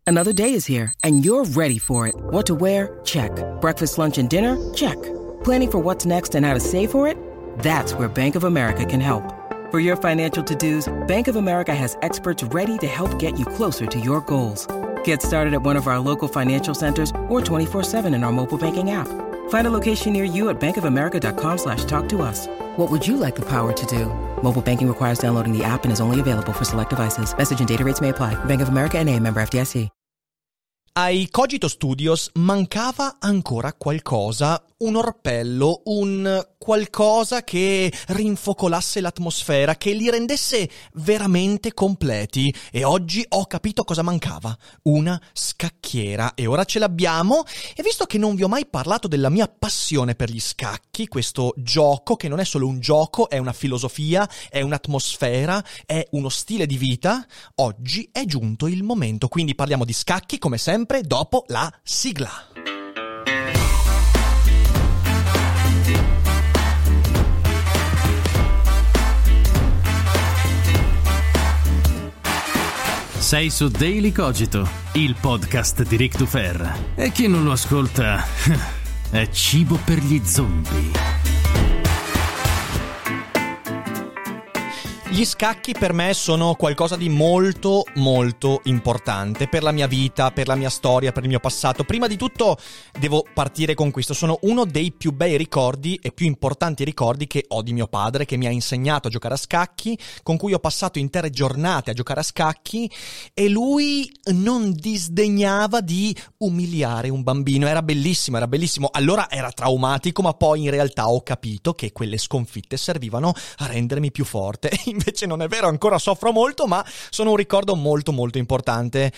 Another day is here, and you're ready for it. What to wear? Check. Breakfast, lunch, and dinner? Check. Planning for what's next and how to save for it? That's where Bank of America can help. For your financial to-dos, Bank of America has experts ready to help get you closer to your goals. Get started at one of our local financial centers or 24/7 in our mobile banking app. Find a location near you at bankofamerica.com/talktous. What would you like the power to do? Mobile banking requires downloading the app and is only available for select devices. Message and data rates may apply. Bank of America N.A., member FDIC. Ai Cogito Studios mancava ancora qualcosa, un orpello, un qualcosa che rinfocolasse l'atmosfera, che li rendesse veramente completi. E oggi ho capito cosa mancava: una scacchiera. E ora ce l'abbiamo. E visto che non vi ho mai parlato della mia passione per gli scacchi, questo gioco che non è solo un gioco, è una filosofia, è un'atmosfera, è uno stile di vita, oggi è giunto il momento. Quindi parliamo di scacchi, come sempre, dopo la sigla. Sei su Daily Cogito, il podcast di Ric Dufer. E chi non lo ascolta è cibo per gli zombie. Gli scacchi per me sono qualcosa di molto molto importante per la mia vita, per la mia storia, per il mio passato. Prima di tutto devo partire con questo: sono uno dei più bei ricordi e più importanti ricordi che ho di mio padre, che mi ha insegnato a giocare a scacchi, con cui ho passato intere giornate a giocare a scacchi, e lui non disdegnava di umiliare un bambino. Era bellissimo, era bellissimo. Allora era traumatico, ma poi in realtà ho capito che quelle sconfitte servivano a rendermi più forte. Invece non è vero, ancora soffro molto, ma sono un ricordo molto molto importante.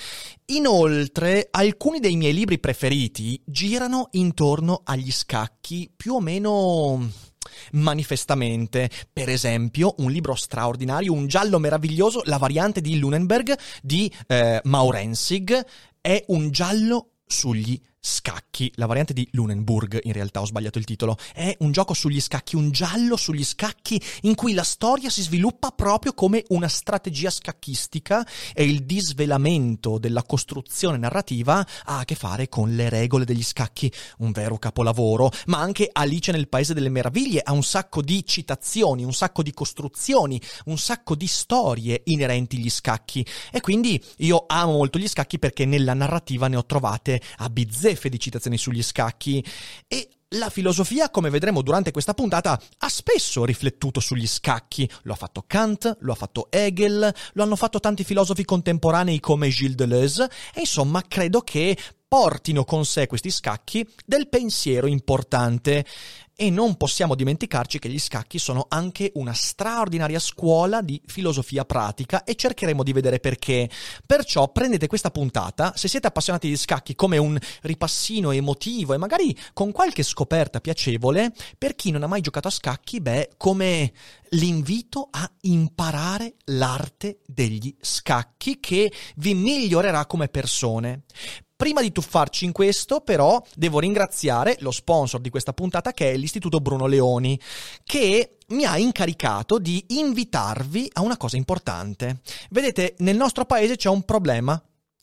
Inoltre, alcuni dei miei libri preferiti girano intorno agli scacchi, più o meno manifestamente. Per esempio, un libro straordinario, un giallo meraviglioso, La variante di Lunenburg di Maurensig, è un giallo sugli scacchi. La variante di Lunenburg, in realtà ho sbagliato il titolo. È un gioco sugli scacchi, un giallo sugli scacchi in cui la storia si sviluppa proprio come una strategia scacchistica e il disvelamento della costruzione narrativa ha a che fare con le regole degli scacchi. Un vero capolavoro. Ma anche Alice nel Paese delle Meraviglie ha un sacco di citazioni, un sacco di costruzioni, un sacco di storie inerenti agli scacchi. E quindi io amo molto gli scacchi perché nella narrativa ne ho trovate a bizzeffe di citazioni sugli scacchi. E la filosofia, come vedremo durante questa puntata, ha spesso riflettuto sugli scacchi. Lo ha fatto Kant, lo ha fatto Hegel, lo hanno fatto tanti filosofi contemporanei come Gilles Deleuze, e insomma credo che portino con sé questi scacchi del pensiero importante. E non possiamo dimenticarci che gli scacchi sono anche una straordinaria scuola di filosofia pratica, e cercheremo di vedere perché. Perciò prendete questa puntata, se siete appassionati di scacchi, come un ripassino emotivo e magari con qualche scoperta piacevole. Per chi non ha mai giocato a scacchi, come l'invito a imparare l'arte degli scacchi, che vi migliorerà come persone. Prima di tuffarci in questo, però, devo ringraziare lo sponsor di questa puntata, che è l'Istituto Bruno Leoni, che mi ha incaricato di invitarvi a una cosa importante. Vedete, nel nostro paese c'è un problema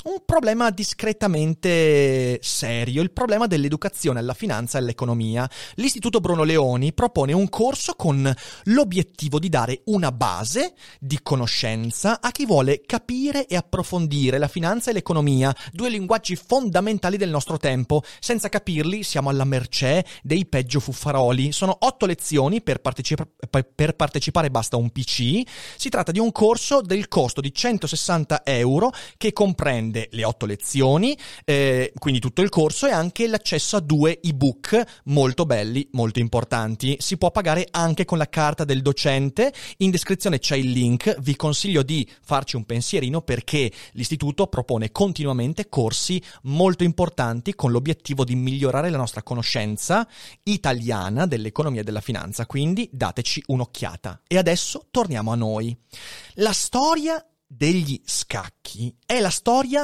discretamente serio, il problema dell'educazione alla finanza e all'economia. L'Istituto Bruno Leoni propone un corso con l'obiettivo di dare una base di conoscenza a chi vuole capire e approfondire la finanza e l'economia, due linguaggi fondamentali del nostro tempo. Senza capirli siamo alla mercé dei peggio fuffaroli. Sono 8 lezioni, per partecipare basta un PC. Si tratta di un corso del costo di €160 che comprende le 8 lezioni, quindi tutto il corso, e anche l'accesso a 2 ebook molto belli, molto importanti. Si può pagare anche con la carta del docente. In descrizione c'è il link. Vi consiglio di farci un pensierino, perché l'istituto propone continuamente corsi molto importanti con l'obiettivo di migliorare la nostra conoscenza italiana dell'economia e della finanza. Quindi dateci un'occhiata. E adesso torniamo a noi. La storia degli scacchi è la storia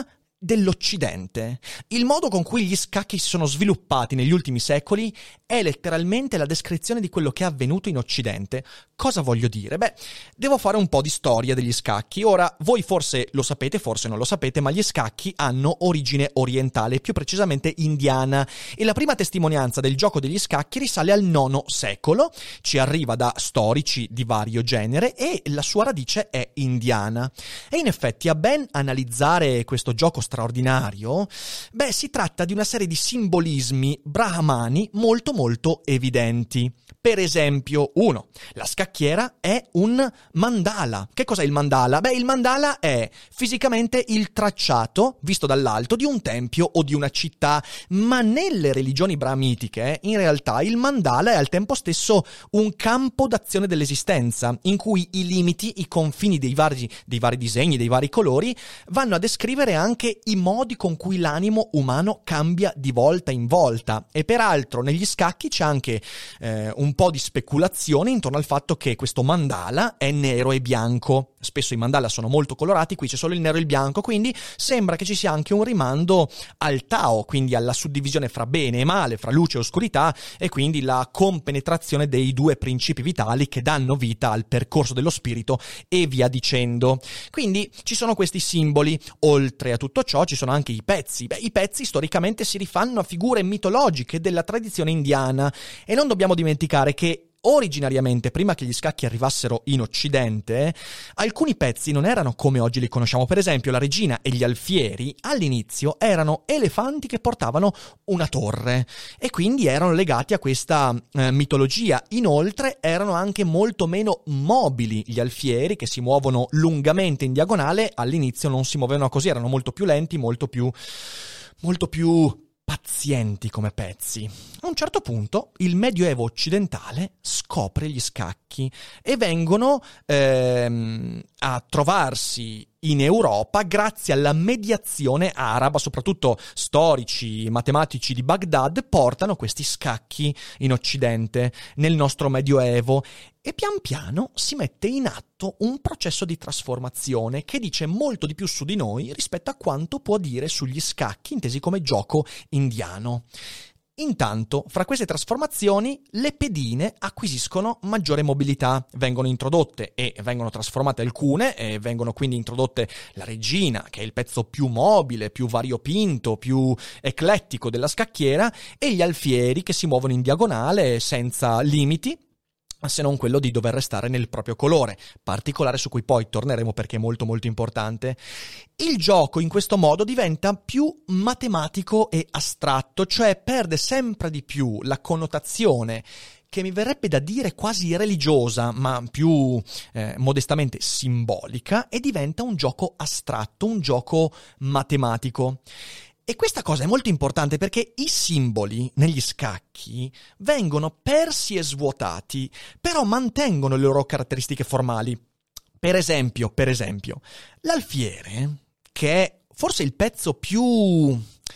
dell'Occidente. Il modo con cui gli scacchi si sono sviluppati negli ultimi secoli è letteralmente la descrizione di quello che è avvenuto in Occidente. Cosa voglio dire? Beh, devo fare un po' di storia degli scacchi. Ora, voi forse lo sapete, forse non lo sapete, ma gli scacchi hanno origine orientale, più precisamente indiana, e la prima testimonianza del gioco degli scacchi risale al IX secolo, ci arriva da storici di vario genere e la sua radice è indiana. E in effetti, a ben analizzare questo gioco straordinario, beh, si tratta di una serie di simbolismi brahmani molto evidenti. Per esempio, 1. La scacchiera è un mandala. Che cos'è il mandala? Beh, il mandala è fisicamente il tracciato, visto dall'alto, di un tempio o di una città, ma nelle religioni brahmitiche, in realtà, il mandala è al tempo stesso un campo d'azione dell'esistenza, in cui i limiti, i confini dei vari disegni, dei vari colori, vanno a descrivere anche i modi con cui l'animo umano cambia di volta in volta. E peraltro negli scacchi c'è anche un po' di speculazione intorno al fatto che questo mandala è nero e bianco. Spesso i mandala sono molto colorati, qui c'è solo il nero e il bianco, quindi sembra che ci sia anche un rimando al Tao, quindi alla suddivisione fra bene e male, fra luce e oscurità, e quindi la compenetrazione dei due principi vitali che danno vita al percorso dello spirito e via dicendo. Quindi ci sono questi simboli. Oltre a tutto ciò ci sono anche i pezzi. Beh, i pezzi storicamente si rifanno a figure mitologiche della tradizione indiana, e non dobbiamo dimenticare che originariamente, prima che gli scacchi arrivassero in Occidente, alcuni pezzi non erano come oggi li conosciamo. Per esempio, la regina e gli alfieri all'inizio erano elefanti che portavano una torre, e quindi erano legati a questa mitologia. Inoltre erano anche molto meno mobili gli alfieri, che si muovono lungamente in diagonale. All'inizio non si muovevano così, erano molto più lenti, molto più pazienti come pezzi. A un certo punto il Medioevo occidentale scopre gli scacchi e vengono a trovarsi in Europa grazie alla mediazione araba. Soprattutto storici, matematici di Baghdad portano questi scacchi in Occidente, nel nostro Medioevo, e pian piano si mette in atto un processo di trasformazione che dice molto di più su di noi rispetto a quanto può dire sugli scacchi intesi come gioco indiano. Intanto, fra queste trasformazioni, le pedine acquisiscono maggiore mobilità, vengono introdotte e vengono trasformate alcune, e vengono quindi introdotte la regina, che è il pezzo più mobile, più variopinto, più eclettico della scacchiera, e gli alfieri che si muovono in diagonale senza limiti, se non quello di dover restare nel proprio colore, particolare su cui poi torneremo perché è molto importante. Il gioco in questo modo diventa più matematico e astratto, cioè perde sempre di più la connotazione che mi verrebbe da dire quasi religiosa, ma più modestamente simbolica, e diventa un gioco astratto, un gioco matematico. E questa cosa è molto importante perché i simboli negli scacchi vengono persi e svuotati, però mantengono le loro caratteristiche formali. Per esempio, l'alfiere, che è forse il pezzo più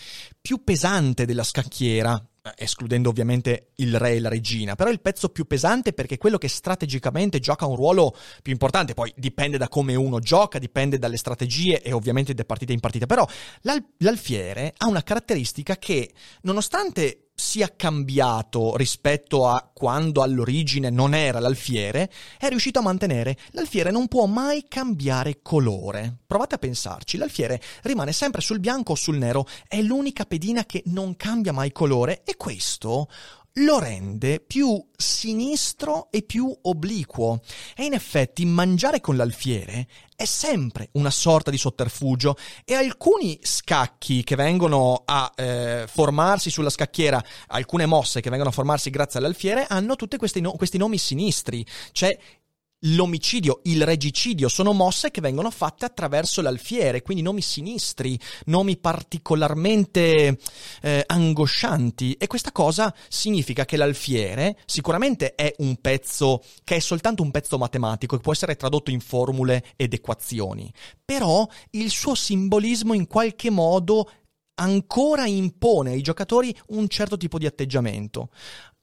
pesante della scacchiera, escludendo ovviamente il re e la regina, però è il pezzo più pesante perché è quello che strategicamente gioca un ruolo più importante. Poi dipende da come uno gioca, dipende dalle strategie e ovviamente da partita in partita, però l'alfiere ha una caratteristica che, nonostante sia cambiato rispetto a quando all'origine non era l'alfiere, è riuscito a mantenere. L'alfiere non può mai cambiare colore. Provate a pensarci, l'alfiere rimane sempre sul bianco o sul nero, è l'unica pedina che non cambia mai colore, e questo lo rende più sinistro e più obliquo. E in effetti mangiare con l'alfiere è sempre una sorta di sotterfugio, e alcuni scacchi che vengono a formarsi sulla scacchiera, alcune mosse che vengono a formarsi grazie all'alfiere, hanno tutti questi nomi sinistri. C'è l'omicidio, il regicidio, sono mosse che vengono fatte attraverso l'alfiere, quindi nomi sinistri, nomi particolarmente angoscianti. E questa cosa significa che l'alfiere sicuramente è un pezzo che è soltanto un pezzo matematico, che può essere tradotto in formule ed equazioni, però il suo simbolismo in qualche modo ancora impone ai giocatori un certo tipo di atteggiamento.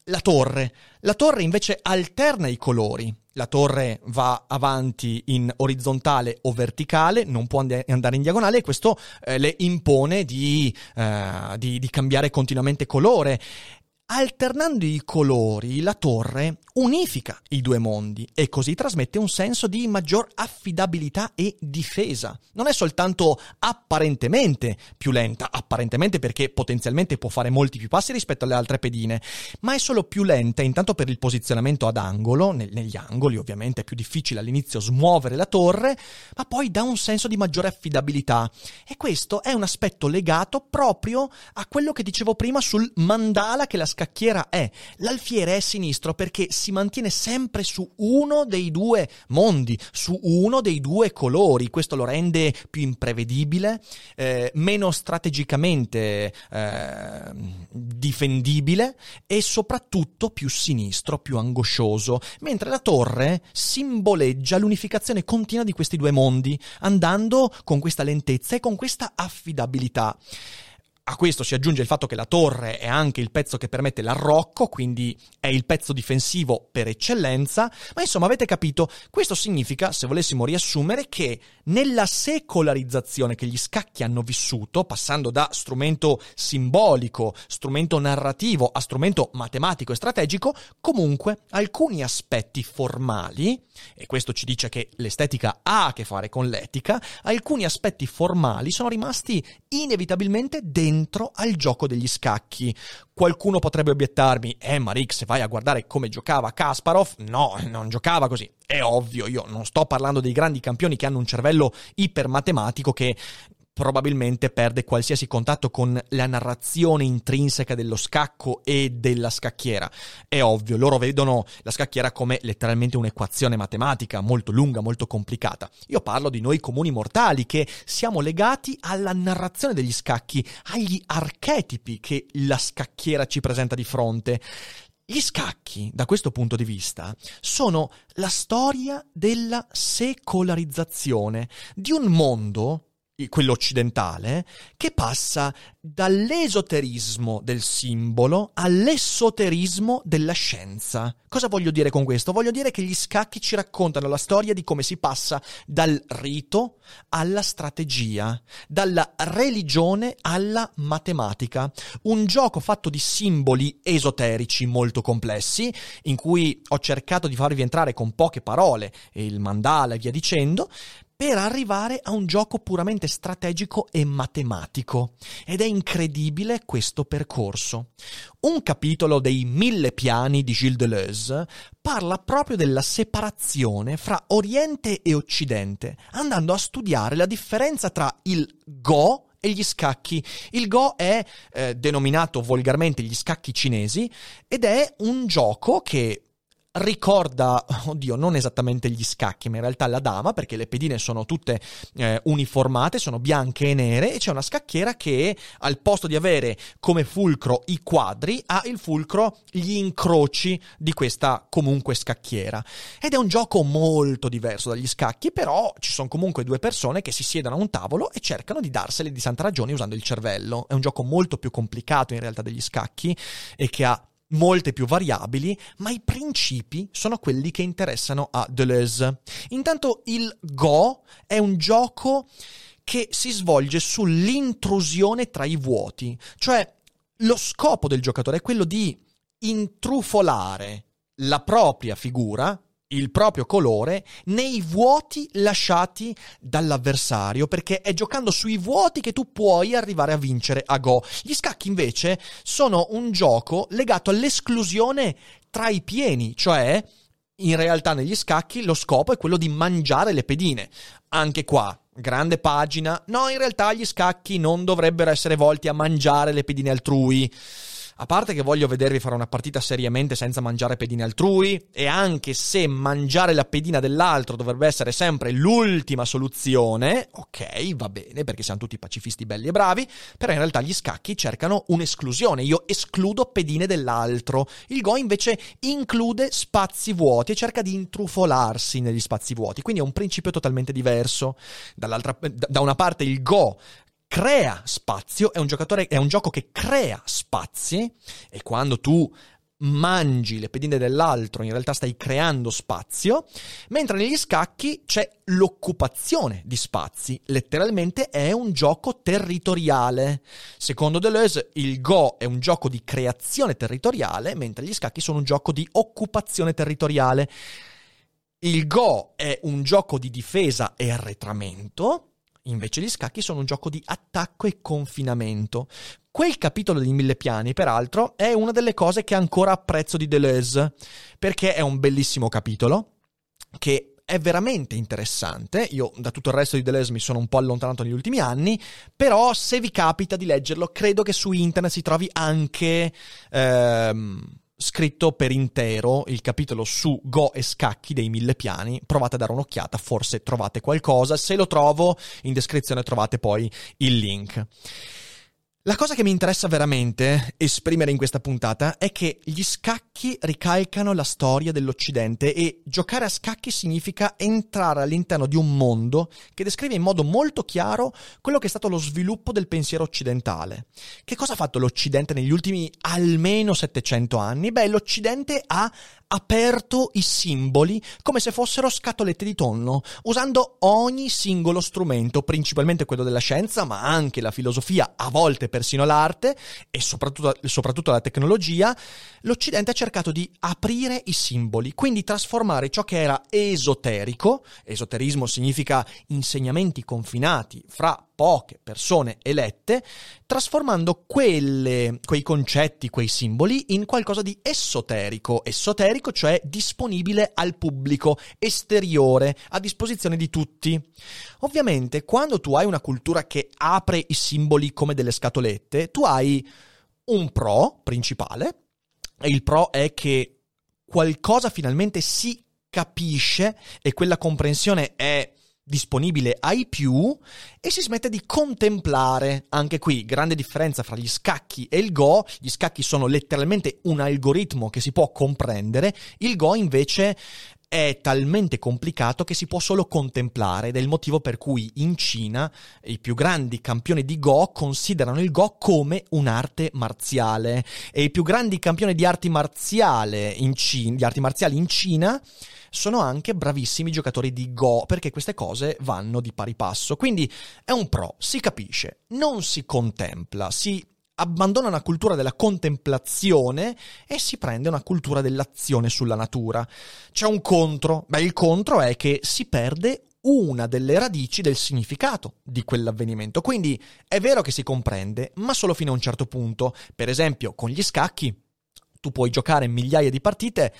la torre. La torre invece alterna i colori. La torre va avanti in orizzontale o verticale, non può andare in diagonale, e questo le impone di cambiare continuamente colore. Alternando i colori, la torre unifica i due mondi e così trasmette un senso di maggior affidabilità e difesa. Non è soltanto apparentemente più lenta, apparentemente perché potenzialmente può fare molti più passi rispetto alle altre pedine, ma è solo più lenta intanto per il posizionamento ad angolo, negli angoli ovviamente è più difficile all'inizio smuovere la torre, ma poi dà un senso di maggiore affidabilità. E questo è un aspetto legato proprio a quello che dicevo prima sul mandala che la scacchiera è. L'alfiere è sinistro perché si mantiene sempre su uno dei due mondi, su uno dei due colori. Questo lo rende più imprevedibile, meno strategicamente difendibile e soprattutto più sinistro, più angoscioso, mentre la torre simboleggia l'unificazione continua di questi due mondi, andando con questa lentezza e con questa affidabilità. A questo si aggiunge il fatto che la torre è anche il pezzo che permette l'arrocco, quindi è il pezzo difensivo per eccellenza, ma insomma avete capito, questo significa, se volessimo riassumere, che nella secolarizzazione che gli scacchi hanno vissuto, passando da strumento simbolico, strumento narrativo a strumento matematico e strategico, comunque alcuni aspetti formali, e questo ci dice che l'estetica ha a che fare con l'etica, alcuni aspetti formali sono rimasti inevitabilmente dentro al gioco degli scacchi. Qualcuno potrebbe obiettarmi, ma Rick, se vai a guardare come giocava Kasparov, no, non giocava così. È ovvio, io non sto parlando dei grandi campioni che hanno un cervello ipermatematico che probabilmente perde qualsiasi contatto con la narrazione intrinseca dello scacco e della scacchiera. È ovvio, loro vedono la scacchiera come letteralmente un'equazione matematica molto lunga, molto complicata. Io parlo di noi comuni mortali che siamo legati alla narrazione degli scacchi, agli archetipi che la scacchiera ci presenta di fronte. Gli scacchi, da questo punto di vista, sono la storia della secolarizzazione di un mondo, quello occidentale, che passa dall'esoterismo del simbolo all'esoterismo della scienza. Cosa voglio dire con questo? Voglio dire che gli scacchi ci raccontano la storia di come si passa dal rito alla strategia, dalla religione alla matematica. Un gioco fatto di simboli esoterici molto complessi, in cui ho cercato di farvi entrare con poche parole, il mandala e via dicendo, per arrivare a un gioco puramente strategico e matematico. Ed è incredibile questo percorso. Un capitolo dei 1000 piani di Gilles Deleuze parla proprio della separazione fra Oriente e Occidente, andando a studiare la differenza tra il Go e gli scacchi. Il Go è denominato volgarmente gli scacchi cinesi ed è un gioco che ricorda, non esattamente gli scacchi, ma in realtà la dama, perché le pedine sono tutte uniformate, sono bianche e nere, e c'è una scacchiera che al posto di avere come fulcro i quadri ha il fulcro gli incroci di questa comunque scacchiera. Ed è un gioco molto diverso dagli scacchi, però ci sono comunque due persone che si siedono a un tavolo e cercano di darsele di santa ragione usando il cervello. È un gioco molto più complicato in realtà degli scacchi e che ha molte più variabili, ma i principi sono quelli che interessano a Deleuze. Intanto il Go è un gioco che si svolge sull'intrusione tra i vuoti, cioè lo scopo del giocatore è quello di intrufolare la propria figura, il proprio colore, nei vuoti lasciati dall'avversario, perché è giocando sui vuoti che tu puoi arrivare a vincere a Go. Gli scacchi invece sono un gioco legato all'esclusione tra i pieni, cioè in realtà negli scacchi lo scopo è quello di mangiare le pedine. Anche qua, grande pagina, no, in realtà gli scacchi non dovrebbero essere volti a mangiare le pedine altrui. A parte che voglio vedervi fare una partita seriamente senza mangiare pedine altrui, e anche se mangiare la pedina dell'altro dovrebbe essere sempre l'ultima soluzione, ok, va bene, perché siamo tutti pacifisti belli e bravi, però in realtà gli scacchi cercano un'esclusione, io escludo pedine dell'altro. Il Go invece include spazi vuoti e cerca di intrufolarsi negli spazi vuoti, quindi è un principio totalmente diverso. Da una parte il Go crea spazio, è un gioco che crea spazi, e quando tu mangi le pedine dell'altro, in realtà stai creando spazio, mentre negli scacchi c'è l'occupazione di spazi, letteralmente è un gioco territoriale. Secondo Deleuze il Go è un gioco di creazione territoriale, mentre gli scacchi sono un gioco di occupazione territoriale. Il Go è un gioco di difesa e arretramento, invece gli scacchi sono un gioco di attacco e confinamento. Quel capitolo di Mille Piani, peraltro, è una delle cose che ancora apprezzo di Deleuze, perché è un bellissimo capitolo che è veramente interessante. Io da tutto il resto di Deleuze mi sono un po' allontanato negli ultimi anni, però se vi capita di leggerlo, credo che su internet si trovi anche scritto per intero il capitolo su Go e scacchi dei Mille Piani. Provate a dare un'occhiata, forse trovate qualcosa. Se lo trovo, in descrizione trovate poi il link. La cosa che mi interessa veramente esprimere in questa puntata è che gli scacchi ricalcano la storia dell'Occidente e giocare a scacchi significa entrare all'interno di un mondo che descrive in modo molto chiaro quello che è stato lo sviluppo del pensiero occidentale. Che cosa ha fatto l'Occidente negli ultimi almeno 700 anni? Beh, l'Occidente ha aperto i simboli come se fossero scatolette di tonno, usando ogni singolo strumento, principalmente quello della scienza, ma anche la filosofia, a volte persino l'arte e soprattutto la tecnologia. L'Occidente ha cercato di aprire i simboli, quindi trasformare ciò che era esoterico, esoterismo significa insegnamenti confinati fra poche persone elette, trasformando quei concetti, quei simboli in qualcosa di esoterico, cioè disponibile al pubblico, esteriore, a disposizione di tutti. Ovviamente, quando tu hai una cultura che apre i simboli come delle scatolette, tu hai un pro principale, e il pro è che qualcosa finalmente si capisce e quella comprensione è disponibile ai più e si smette di contemplare. Anche qui, grande differenza fra gli scacchi e il Go. Gli scacchi sono letteralmente un algoritmo che si può comprendere, il Go invece è talmente complicato che si può solo contemplare, ed è il motivo per cui in Cina i più grandi campioni di Go considerano il Go come un'arte marziale, e i più grandi campioni di arti marziali in Cina sono anche bravissimi giocatori di Go, perché queste cose vanno di pari passo. Quindi è un pro, si capisce, non si contempla, si abbandona una cultura della contemplazione e si prende una cultura dell'azione sulla natura. C'è un contro. Beh, il contro è che si perde una delle radici del significato di quell'avvenimento. Quindi è vero che si comprende, ma solo fino a un certo punto. Per esempio, con gli scacchi tu puoi giocare migliaia di partite,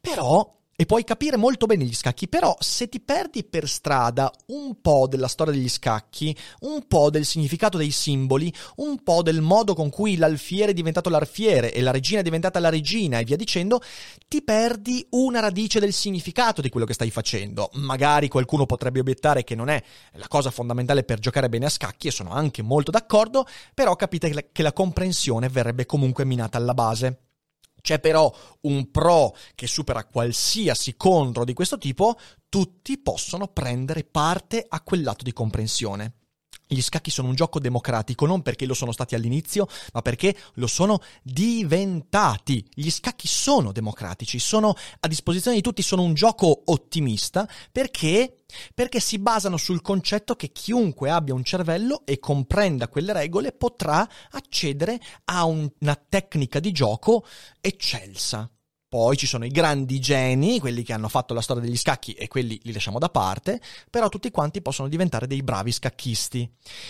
e puoi capire molto bene gli scacchi, però se ti perdi per strada un po' della storia degli scacchi, un po' del significato dei simboli, un po' del modo con cui l'alfiere è diventato l'arfiere e la regina è diventata la regina e via dicendo, ti perdi una radice del significato di quello che stai facendo. Magari qualcuno potrebbe obiettare che non è la cosa fondamentale per giocare bene a scacchi, e sono anche molto d'accordo, però capite che la comprensione verrebbe comunque minata alla base. C'è però un pro che supera qualsiasi contro di questo tipo: tutti possono prendere parte a quel lato di comprensione. Gli scacchi sono un gioco democratico, non perché lo sono stati all'inizio, ma perché lo sono diventati. Gli scacchi sono democratici, sono a disposizione di tutti, sono un gioco ottimista, perché si basano sul concetto che chiunque abbia un cervello e comprenda quelle regole potrà accedere a una tecnica di gioco eccelsa. Poi ci sono i grandi geni, quelli che hanno fatto la storia degli scacchi, e quelli li lasciamo da parte, però tutti quanti possono diventare dei bravi scacchisti.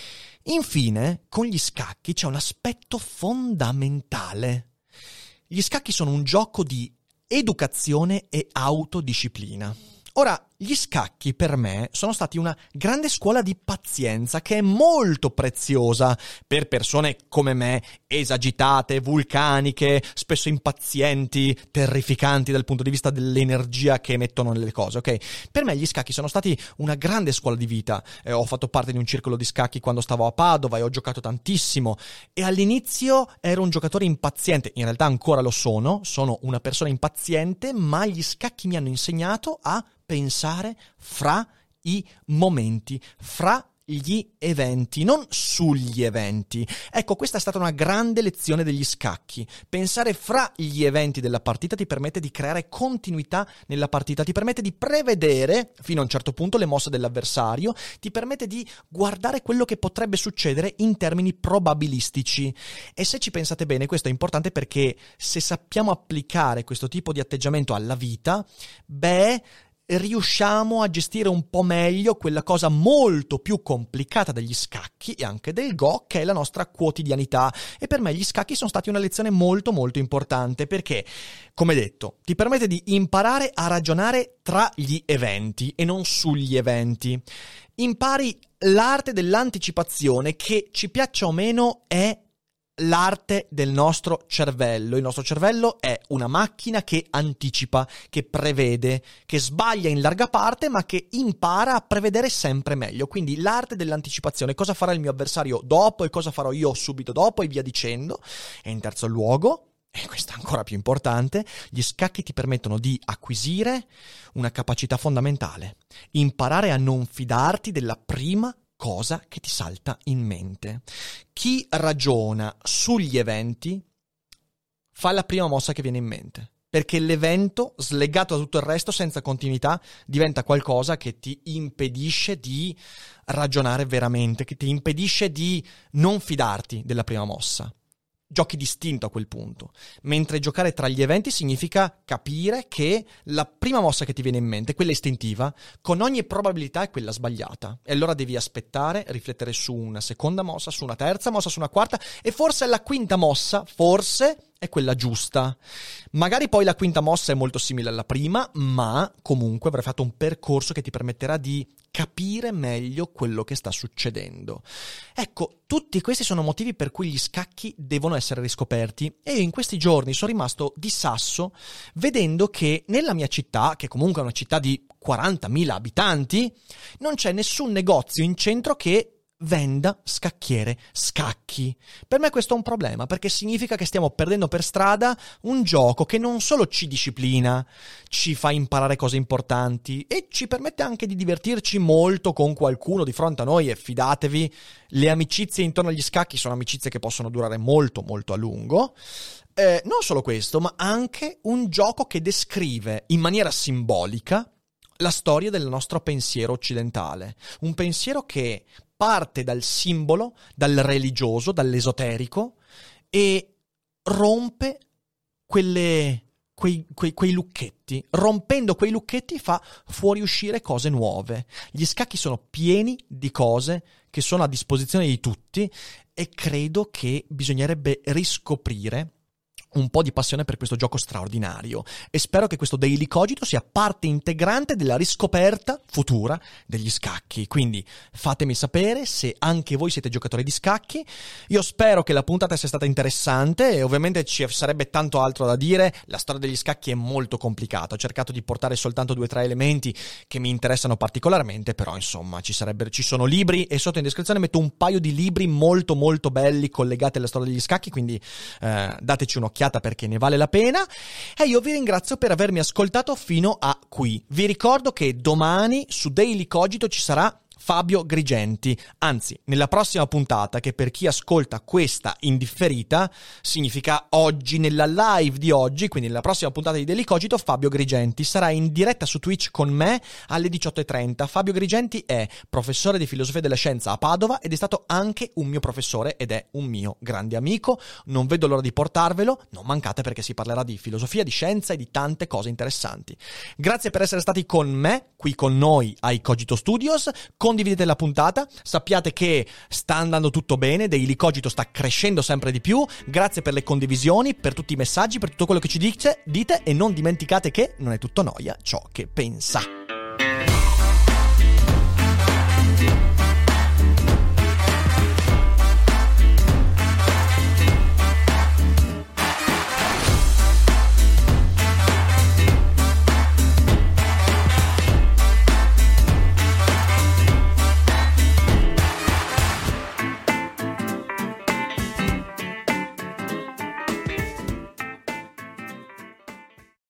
Infine, con gli scacchi c'è un aspetto fondamentale. Gli scacchi sono un gioco di educazione e autodisciplina. Ora, gli scacchi per me sono stati una grande scuola di pazienza che è molto preziosa per persone come me, esagitate, vulcaniche, spesso impazienti, terrificanti dal punto di vista dell'energia che emettono nelle cose, ok? Per me gli scacchi sono stati una grande scuola di vita. Ho fatto parte di un circolo di scacchi quando stavo a Padova e ho giocato tantissimo, e all'inizio ero un giocatore impaziente, in realtà ancora lo sono una persona impaziente, ma gli scacchi mi hanno insegnato a pensare fra i momenti, fra gli eventi, non sugli eventi. Ecco, questa è stata una grande lezione degli scacchi. Pensare fra gli eventi della partita ti permette di creare continuità nella partita, ti permette di prevedere fino a un certo punto le mosse dell'avversario, ti permette di guardare quello che potrebbe succedere in termini probabilistici. E se ci pensate bene, questo è importante perché se sappiamo applicare questo tipo di atteggiamento alla vita, riusciamo a gestire un po' meglio quella cosa molto più complicata degli scacchi e anche del Go, che è la nostra quotidianità. E per me gli scacchi sono stati una lezione molto molto importante perché, come detto, ti permette di imparare a ragionare tra gli eventi e non sugli eventi. Impari l'arte dell'anticipazione che, ci piaccia o meno, è l'arte del nostro cervello. Il nostro cervello è una macchina che anticipa, che prevede, che sbaglia in larga parte, ma che impara a prevedere sempre meglio. Quindi l'arte dell'anticipazione, cosa farà il mio avversario dopo e cosa farò io subito dopo e via dicendo. E in terzo luogo, e questo è ancora più importante, gli scacchi ti permettono di acquisire una capacità fondamentale: imparare a non fidarti della prima cosa che ti salta in mente. Chi ragiona sugli eventi fa la prima mossa che viene in mente, perché l'evento, slegato da tutto il resto, senza continuità, diventa qualcosa che ti impedisce di ragionare veramente, che ti impedisce di non fidarti della prima mossa. Giochi distinto a quel punto, mentre giocare tra gli eventi significa capire che la prima mossa che ti viene in mente, quella istintiva, con ogni probabilità è quella sbagliata, e allora devi aspettare, riflettere su una seconda mossa, su una terza mossa, su una quarta, e forse la quinta mossa, forse è quella giusta. Magari poi la quinta mossa è molto simile alla prima, ma comunque avrai fatto un percorso che ti permetterà di capire meglio quello che sta succedendo. Ecco, tutti questi sono motivi per cui gli scacchi devono essere riscoperti, e io in questi giorni sono rimasto di sasso vedendo che nella mia città, che comunque è una città di 40.000 abitanti, non c'è nessun negozio in centro che venda scacchiere, scacchi. Per me questo è un problema, perché significa che stiamo perdendo per strada un gioco che non solo ci disciplina, ci fa imparare cose importanti e ci permette anche di divertirci molto con qualcuno di fronte a noi. E fidatevi, le amicizie intorno agli scacchi sono amicizie che possono durare molto molto a lungo. Non solo questo, ma anche un gioco che descrive in maniera simbolica la storia del nostro pensiero occidentale, un pensiero che parte dal simbolo, dal religioso, dall'esoterico, e rompe quei lucchetti. Rompendo quei lucchetti fa fuoriuscire cose nuove. Gli scacchi sono pieni di cose che sono a disposizione di tutti, e credo che bisognerebbe riscoprire un po' di passione per questo gioco straordinario, e spero che questo Daily Cogito sia parte integrante della riscoperta futura degli scacchi. Quindi fatemi sapere se anche voi siete giocatori di scacchi. Io spero che la puntata sia stata interessante, e ovviamente ci sarebbe tanto altro da dire. La storia degli scacchi è molto complicata, ho cercato di portare soltanto 2 o 3 elementi che mi interessano particolarmente, però insomma ci sono libri, e sotto in descrizione metto un paio di libri molto molto belli collegati alla storia degli scacchi, quindi dateci un'occhiata perché ne vale la pena. E io vi ringrazio per avermi ascoltato fino a qui. Vi ricordo che domani su Daily Cogito ci sarà Fabio Grigenti, anzi nella prossima puntata, che per chi ascolta questa in differita significa oggi, nella live di oggi, quindi nella prossima puntata di Daily Cogito, Fabio Grigenti sarà in diretta su Twitch con me alle 18:30. Fabio Grigenti è professore di filosofia della scienza a Padova ed è stato anche un mio professore ed è un mio grande amico. Non vedo l'ora di portarvelo, non mancate, perché si parlerà di filosofia, di scienza e di tante cose interessanti. Grazie per essere stati con me, qui con noi ai Cogito Studios. Condividete la puntata, sappiate che sta andando tutto bene, Daily Cogito sta crescendo sempre di più. Grazie per le condivisioni, per tutti i messaggi, per tutto quello che ci dite, e non dimenticate che non è tutto noia ciò che pensa.